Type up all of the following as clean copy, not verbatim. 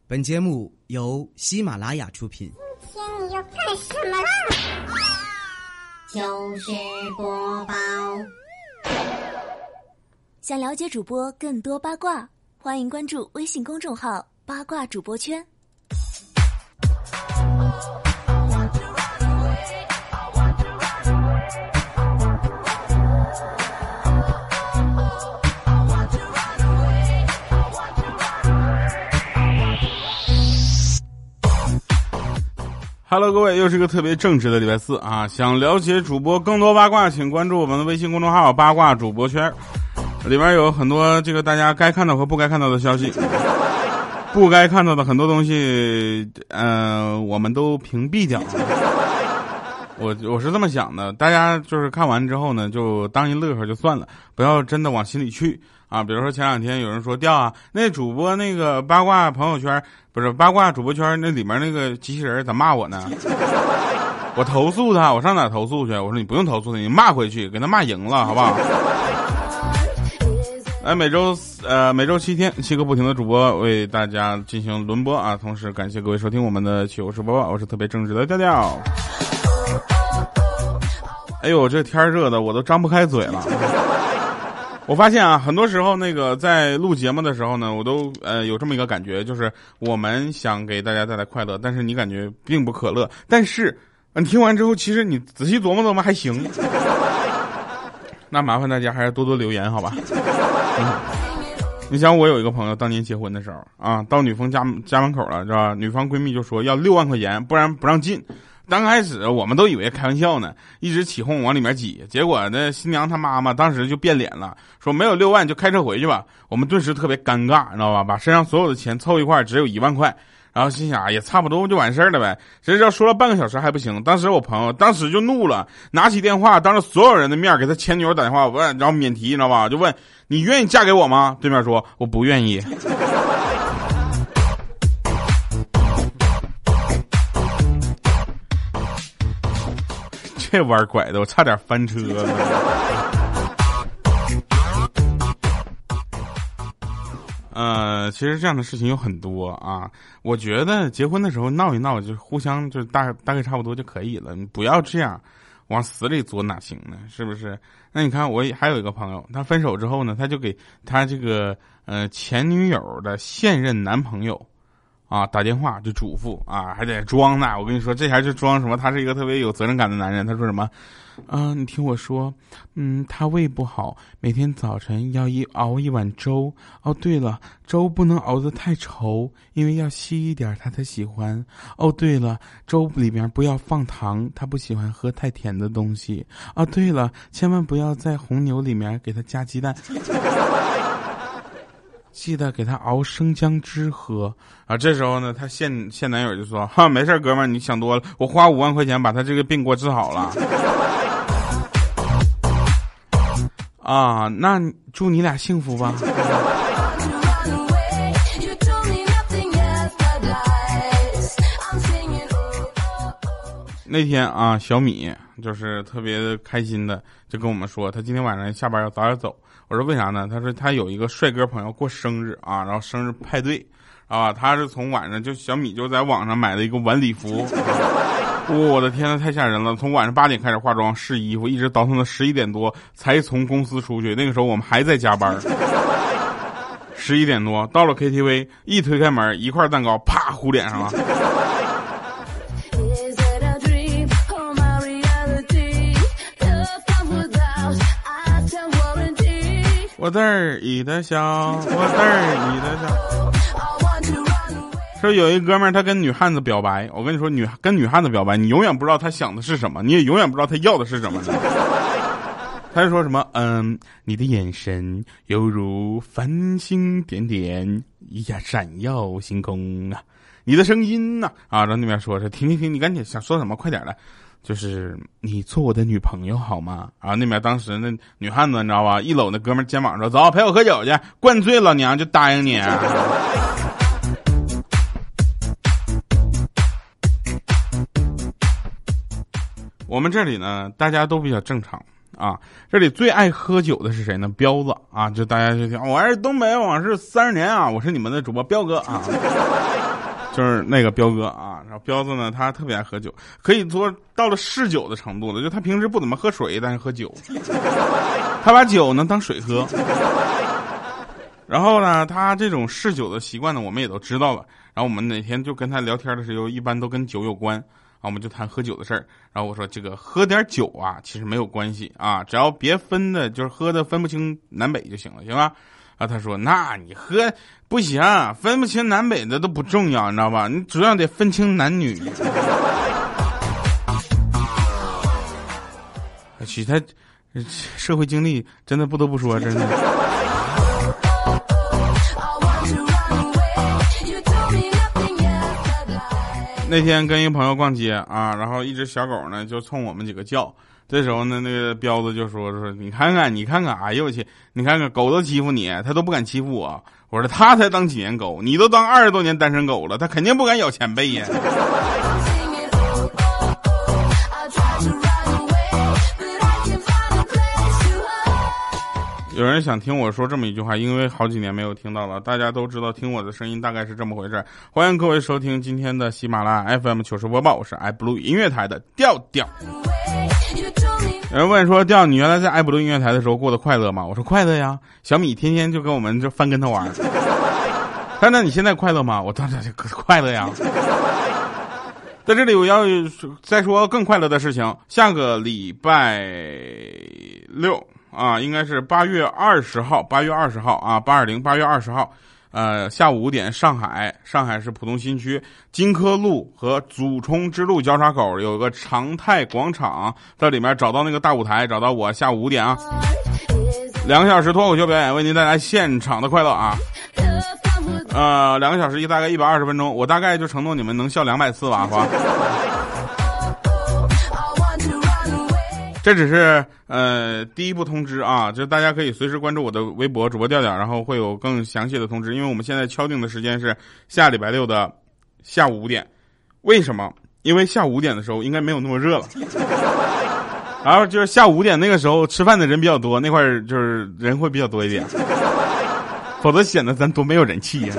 本节目由喜马拉雅出品。 今天你要干什么啦？ 糗事播报。 想了解主播更多八卦，欢迎关注微信公众号“八卦主播圈”。 Hello， 各位，又是一个特别正直的礼拜四啊！想了解主播更多八卦，请关注我们的微信公众号“八卦主播圈”，里面有很多这个大家该看到和不该看到的消息，不该看到的很多东西，我们都屏蔽掉。我是这么想的，大家就是看完之后呢，就当一乐呵就算了，不要真的往心里去啊。比如说前两天有人说掉啊，那主播那个八卦朋友圈不是八卦主播圈那里面那个机器人咋骂我呢？我投诉他，我上哪投诉去？我说你不用投诉他，你骂回去，给他骂赢了，好不好？每周7天7个不停的主播为大家进行轮播啊，同时感谢各位收听我们的糗事播报，我是特别正直的调调。哎呦，这天热的我都张不开嘴了。我发现啊，很多时候那个在录节目的时候呢，我都有这么一个感觉，就是我们想给大家带来快乐，但是你感觉并不可乐。但是你听完之后，其实你仔细琢磨琢磨还行。那麻烦大家还是多多留言，好吧？你想我有一个朋友，当年结婚的时候啊，到女方家门口了，是吧？女方闺蜜就说要6万块钱，不然不让进。刚开始我们都以为开玩笑呢，一直起哄往里面挤，结果呢新娘她妈妈当时就变脸了，说没有6万就开车回去吧。我们顿时特别尴尬，你知道吧？把身上所有的钱凑一块只有1万块，然后心想也差不多就完事儿了呗。谁知道说了半个小时还不行，当时我朋友当时就怒了，拿起电话当着所有人的面给他前女友打电话问，然后免提，你知道吧？就问你愿意嫁给我吗？对面说我不愿意。这弯拐的我差点翻车了。其实这样的事情有很多啊。我觉得结婚的时候闹一闹，就互相就大概差不多就可以了，你不要这样往死里做，哪行呢？是不是？那你看我还有一个朋友，他分手之后呢，他就给他这个前女友的现任男朋友啊打电话就嘱咐啊，还得装呢。我跟你说，这还是装什么？他是一个特别有责任感的男人。他说什么？你听我说，他胃不好，每天早晨要熬一碗粥。哦，对了，粥不能熬得太稠，因为要稀一点他才喜欢。哦，对了，粥里面不要放糖，他不喜欢喝太甜的东西。哦，对了，千万不要在红牛里面给他加鸡蛋。记得给他熬生姜汁喝啊！这时候呢，他现男友就说：“哈，没事，哥们儿，你想多了，我花5万块钱把他这个病给我治好了。”啊，那祝你俩幸福吧。那天啊，小米就是特别开心的，就跟我们说，他今天晚上下班要早点走。我说为啥呢？他说他有一个帅哥朋友过生日啊，然后生日派对啊，他是从晚上就小米就在网上买了一个晚礼服。我的天呐，太吓人了！从晚上8点开始化妆试衣服，一直倒腾到11点多才从公司出去。那个时候我们还在加班。11点多到了 KTV， 一推开门，一块蛋糕啪糊脸上了。我嘚儿一的笑，我嘚儿一的笑。说有一哥们儿他跟女汉子表白，我跟你说跟女汉子表白，你永远不知道他想的是什么，你也永远不知道他要的是什么呢。他就说什么你的眼神犹如繁星点点呀，闪耀星空啊，你的声音呢啊，然后那边说是停，你赶紧想说什么，快点的。就是你做我的女朋友好吗？啊，那边当时那女汉子你知道吧，一搂那哥们肩膀说走陪我喝酒去，灌醉老娘就答应你。我们这里呢大家都比较正常啊，这里最爱喝酒的是谁呢？彪子啊，就大家就听我是东北往事30年啊，我是你们的主播彪哥啊。 就是那个彪哥啊，然后彪子呢，他特别爱喝酒，可以说到了嗜酒的程度了。就他平时不怎么喝水，但是喝酒，他把酒呢当水喝。然后呢，他这种嗜酒的习惯呢，我们也都知道了。然后我们哪天就跟他聊天的时候，一般都跟酒有关啊，我们就谈喝酒的事儿。然后我说这个喝点酒啊，其实没有关系啊，只要别分的，就是喝的分不清南北就行了，行吧？啊，他说那你喝不行，分不清南北的都不重要，你知道吧？你主要得分清男女。其实他社会经历真的不得不说，真的。那天跟一个朋友逛街啊，然后一只小狗呢就冲我们几个叫。这时候呢，那个彪子就说你看看，哎呦我去，你看看狗都欺负你，他都不敢欺负我。我说他才当几年狗，你都当20多年单身狗了，他肯定不敢咬前辈呀。有人想听我说这么一句话，因为好几年没有听到了。大家都知道听我的声音大概是这么回事。欢迎各位收听今天的喜马拉雅 FM 糗事播报，我是爱 blue 音乐台的调调。有人问说，调你原来在爱 blue 音乐台的时候过得快乐吗？我说快乐呀，小米天天就跟我们就翻跟头玩。但那你现在快乐吗？我当然快乐呀。在这里我要再说更快乐的事情，下个礼拜六啊，应该是8月20号啊，820，8月20号，下午5点，上海市浦东新区金科路和祖冲之路交叉口有个常态广场，在里面找到那个大舞台，找到我，下午5点啊，2个小时脱口秀表演，为您带来现场的快乐啊。2个小时大概120分钟，我大概就承诺你们能笑200次吧，好吧。这只是第一步通知啊，就大家可以随时关注我的微博主播调调，然后会有更详细的通知。因为我们现在敲定的时间是下礼拜六的下午5点，为什么？因为下午5点的时候应该没有那么热了，然后就是下午5点那个时候吃饭的人比较多，那块就是人会比较多一点，否则显得咱多没有人气呀。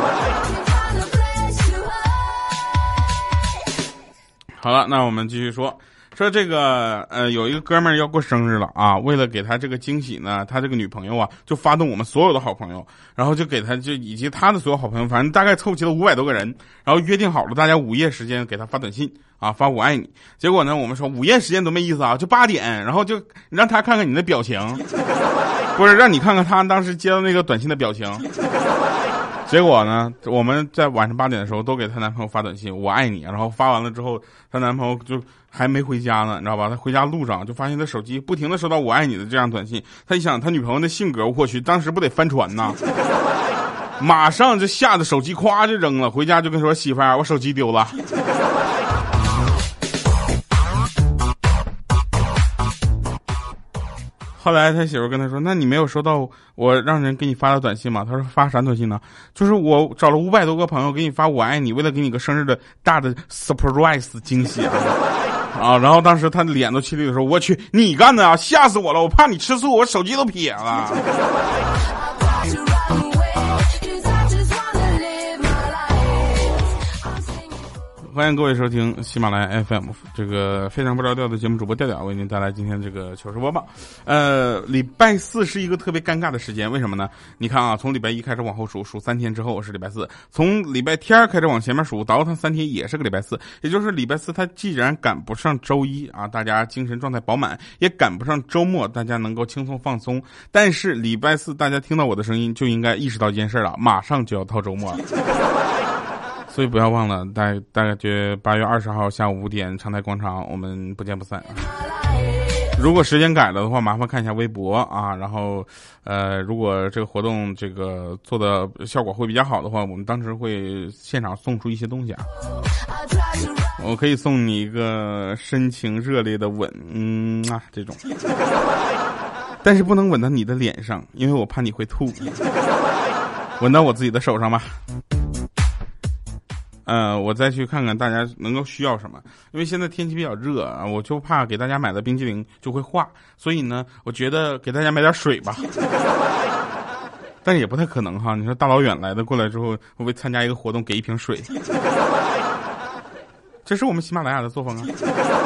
好了，那我们继续说这个有一个哥们儿要过生日了啊，为了给他这个惊喜呢，他这个女朋友啊就发动我们所有的好朋友，然后就给他就以及他的所有好朋友，反正大概凑齐了500多个人，然后约定好了大家午夜时间给他发短信啊，发我爱你。结果呢，我们说午夜时间多没意思啊，就8点，然后就让他看看你的表情，不是让你看看他当时接到那个短信的表情。结果呢，我们在晚上8点的时候都给她男朋友发短信我爱你，然后发完了之后她男朋友就还没回家呢，你知道吧，他回家路上就发现他手机不停的收到我爱你的这样短信，他一想他女朋友的性格，我去当时不得翻船呐，马上就吓得手机咵就扔了，回家就跟说媳妇儿我手机丢了。后来他媳妇跟他说，那你没有收到我让人给你发的短信吗？他说发啥短信呢？就是我找了500多个朋友给你发我爱你，为了给你个生日的大的 surprise 惊喜啊！然后当时他的脸都气绿的说，我去你干的啊，吓死我了，我怕你吃醋，我手机都撇了。欢迎各位收听喜马拉雅 FM 这个非常不着调的节目，主播调调为您带来今天这个糗事播报。礼拜4是一个特别尴尬的时间，为什么呢？你看啊，从礼拜1开始往后数3天之后是礼拜4，从礼拜天开始往前面数，倒腾3天也是个礼拜4，也就是礼拜4它既然赶不上周一啊，大家精神状态饱满，也赶不上周末，大家能够轻松放松。但是礼拜4大家听到我的声音就应该意识到一件事了，马上就要到周末了。所以不要忘了，大概就8月20号下午5点，长泰广场，我们不见不散。如果时间改了的话，麻烦看一下微博啊。然后，如果这个活动这个做的效果会比较好的话，我们当时会现场送出一些东西啊。我可以送你一个深情热烈的吻，这种，但是不能吻到你的脸上，因为我怕你会吐。吻到我自己的手上吧。我再去看看大家能够需要什么，因为现在天气比较热啊，我就怕给大家买的冰激凌就会化，所以呢，我觉得给大家买点水吧。 但是也不太可能哈。你说大老远来的过来之后，会不会参加一个活动给一瓶水？这是我们喜马拉雅的作风啊。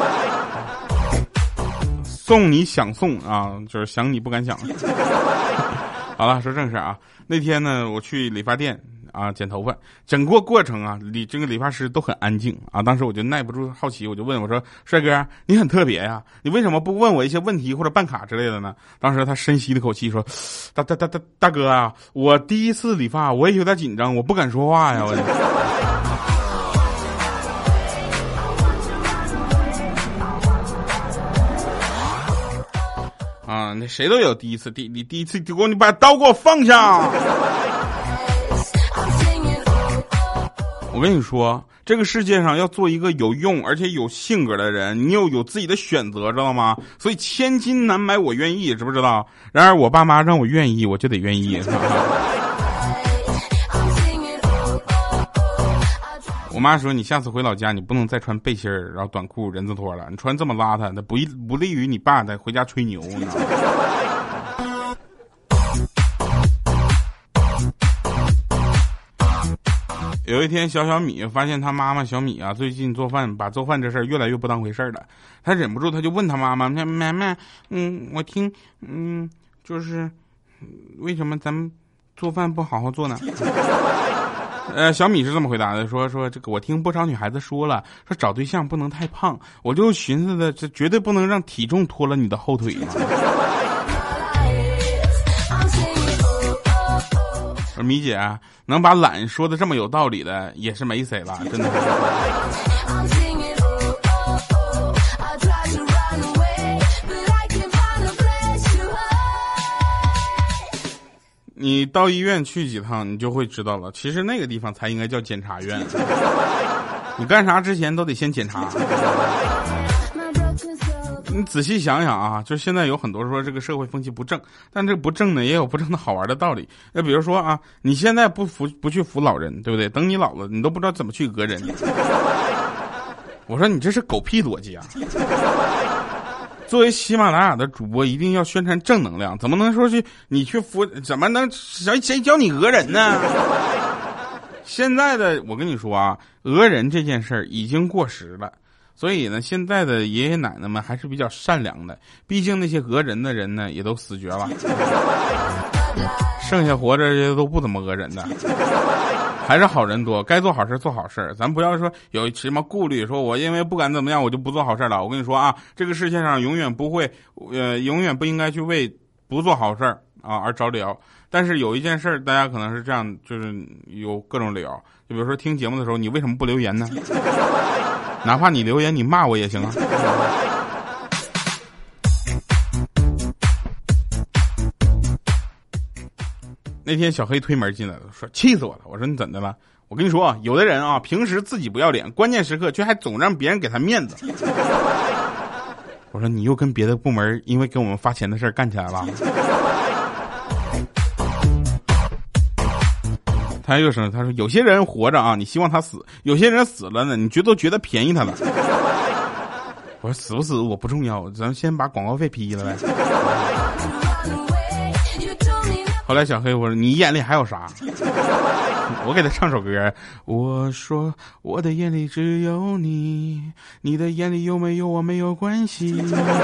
送你想送啊，就是想你不敢想。好了，说正事啊。那天呢，我去理发店啊剪头发，整个过程啊，这个理发师都很安静啊。当时我就耐不住好奇，我就问我说：“帅哥，你很特别呀，你为什么不问我一些问题或者办卡之类的呢？”当时他深吸了口气说：“大哥啊，我第一次理发，我也有点紧张，我不敢说话呀。”啊，那谁都有第一次，你第一次给我，你把刀给我放下。我跟你说，这个世界上要做一个有用而且有性格的人，你有自己的选择，知道吗？所以千金难买我愿意，知不知道？然而我爸妈让我愿意，我就得愿意。我妈说，你下次回老家，你不能再穿背心儿，然后短裤、人字拖了，你穿这么邋遢，那不利于你爸再回家吹牛，你知道吗？有一天，小米发现他妈妈小米啊，最近把做饭这事儿越来越不当回事了。他忍不住，他就问他妈妈：“妈妈，我听，就是为什么咱们做饭不好好做呢？”小米是这么回答的，说这个我听不少女孩子说了，说找对象不能太胖，我就寻思的这绝对不能让体重拖了你的后腿嘛。米姐能把懒说的这么有道理的也是没谁了，真的。你到医院去几趟，你就会知道了。其实那个地方才应该叫检察院。你干啥之前都得先检查。你仔细想想啊，就现在有很多说这个社会风气不正，但这个不正呢也有不正的好玩的道理。那比如说啊，你现在不去扶老人，对不对？等你老了，你都不知道怎么去讹人。我说你这是狗屁逻辑啊！作为喜马拉雅的主播，一定要宣传正能量，怎么能说你去扶？怎么能谁教你讹人呢？现在的我跟你说啊，讹人这件事儿已经过时了。所以呢，现在的爷爷奶奶们还是比较善良的，毕竟那些讹人的人呢，也都死绝了，剩下活着这都不怎么讹人的，还是好人多。该做好事做好事，咱不要说有什么顾虑，说我因为不敢怎么样，我就不做好事了。我跟你说啊，这个世界上永远不应该去为不做好事啊而找理由。但是有一件事大家可能是这样，就是有各种理由，就比如说听节目的时候，你为什么不留言呢？哪怕你留言你骂我也行啊。那天小黑推门进来了，说气死我了。我说你怎的了？我跟你说啊，有的人啊，平时自己不要脸，关键时刻却还总让别人给他面子。我说你又跟别的部门因为给我们发钱的事干起来了。他又说，他说有些人活着啊，你希望他死；有些人死了呢，你都觉得便宜他了。我说死不死我不重要，咱先把广告费批了呗。后来小黑我说你眼里还有啥？我给他唱首歌，我说我的眼里只有你，你的眼里有没有我没有关系。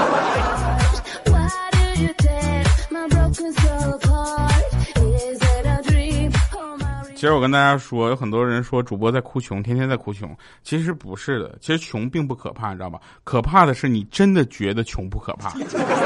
其实我跟大家说，有很多人说主播在哭穷，天天在哭穷，其实不是的，其实穷并不可怕，你知道吧？可怕的是你真的觉得穷不可怕。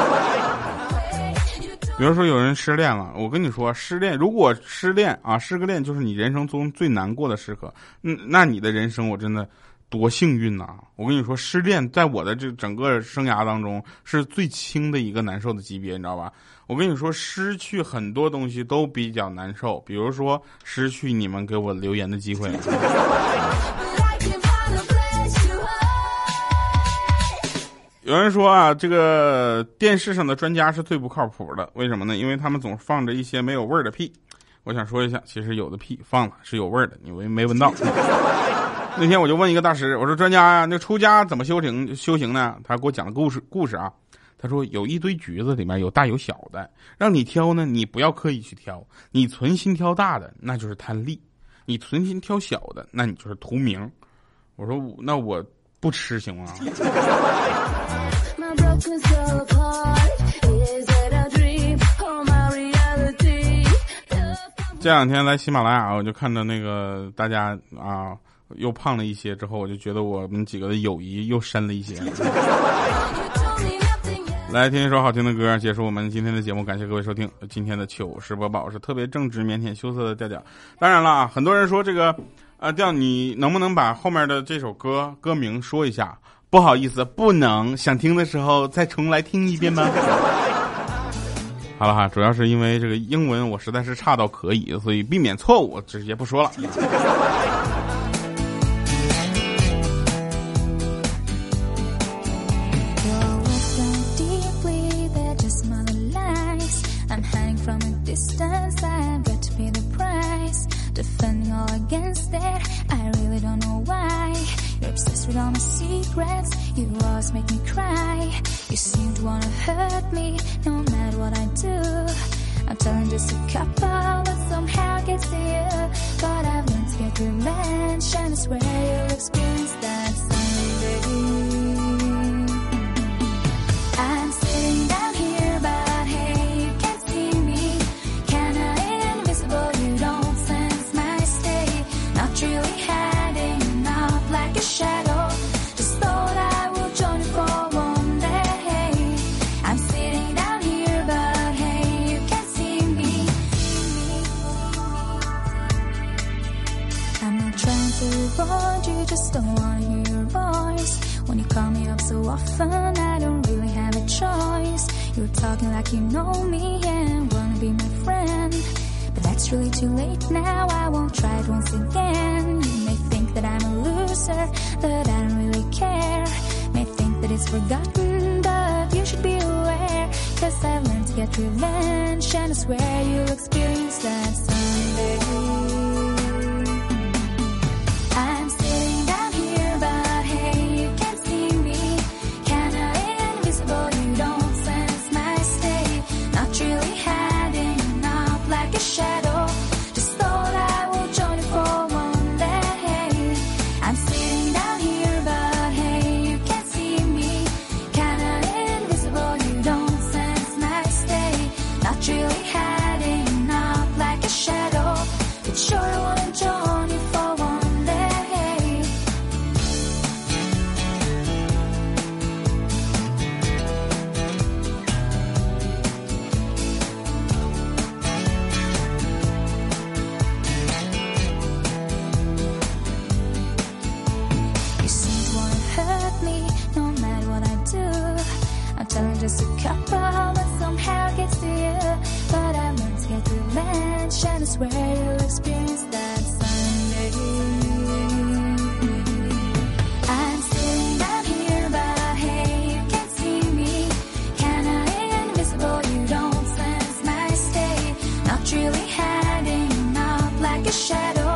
比如说有人失恋了，我跟你说，如果失恋啊，失个恋就是你人生中最难过的时刻，那你的人生我真的多幸运呐！我跟你说，失恋在我的这整个生涯当中是最轻的一个难受的级别，你知道吧？我跟你说，失去很多东西都比较难受，比如说失去你们给我留言的机会。有人说啊，这个电视上的专家是最不靠谱的，为什么呢？因为他们总放着一些没有味儿的屁。我想说一下，其实有的屁放了是有味儿的，你没闻到。那天我就问一个大师，我说专家呀，那出家怎么修行呢？他给我讲了故事啊。 他说有一堆橘子里面有大有小的，让你挑呢，你不要刻意去挑，你存心挑大的那就是贪利，你存心挑小的那你就是图名。我说那我不吃行吗？这两天来喜马拉雅，我就看到那个大家啊又胖了一些，之后我就觉得我们几个的友谊又深了一些。来听一首好听的歌，结束我们今天的节目，感谢各位收听今天的糗事播报，是特别正直腼腆羞涩的调调。当然了啊，很多人说这个调你能不能把后面的这首歌名说一下？不好意思，不能，想听的时候再重来听一遍吗？好了哈，主要是因为这个英文我实在是差到可以，所以避免错误直接不说了。 Defending all against it, I really don't know why. You're obsessed with all my secrets, you always make me cry. You seem to wanna hurt me, no matter what I do. I'm telling just a couple, but somehow gets to you. But I've learned to get revenge, and I swear you'll experience that someday. I'm sitting down here, but hey, you can't see me. Kinda invisible, you don't sense my state. Not really hiding out like a shadow. Just thought I would join you for one day. I'm sitting down here, but hey, you can't see me. I'm not trying to avoid you, just don't wanna hear your voice. When you call me up so often, I don't really have a choice. You're talking like you know me and wanna be my friend. But that's really too late now, I won't try it once again. You may think that I'm a loser, that I don't really care. May think that it's forgotten, but you should be aware. Cause I've learned to get revenge, and I swear you'll experience that someday. I'm sitting down here, but hey, you can't see me. Kinda invisible, you don't sense my state. Not really hiding out like a shadow. Just thought I would join you for one day. I'm sitting down here, but hey, you can't see me. Kinda invisible, you don't sense my state. Not really hiding out like a shadow. But sure I wanna join you for one day. You seem to wanna hurt me, no matter what I do. I'm telling just a couple, but somehow it gets to you. But I learned to get revenge, and I swear you'll experience that someday. I'm sitting down here, but hey, you can't see me. Kinda invisible, you don't sense my state. Not really hiding out like a shadow.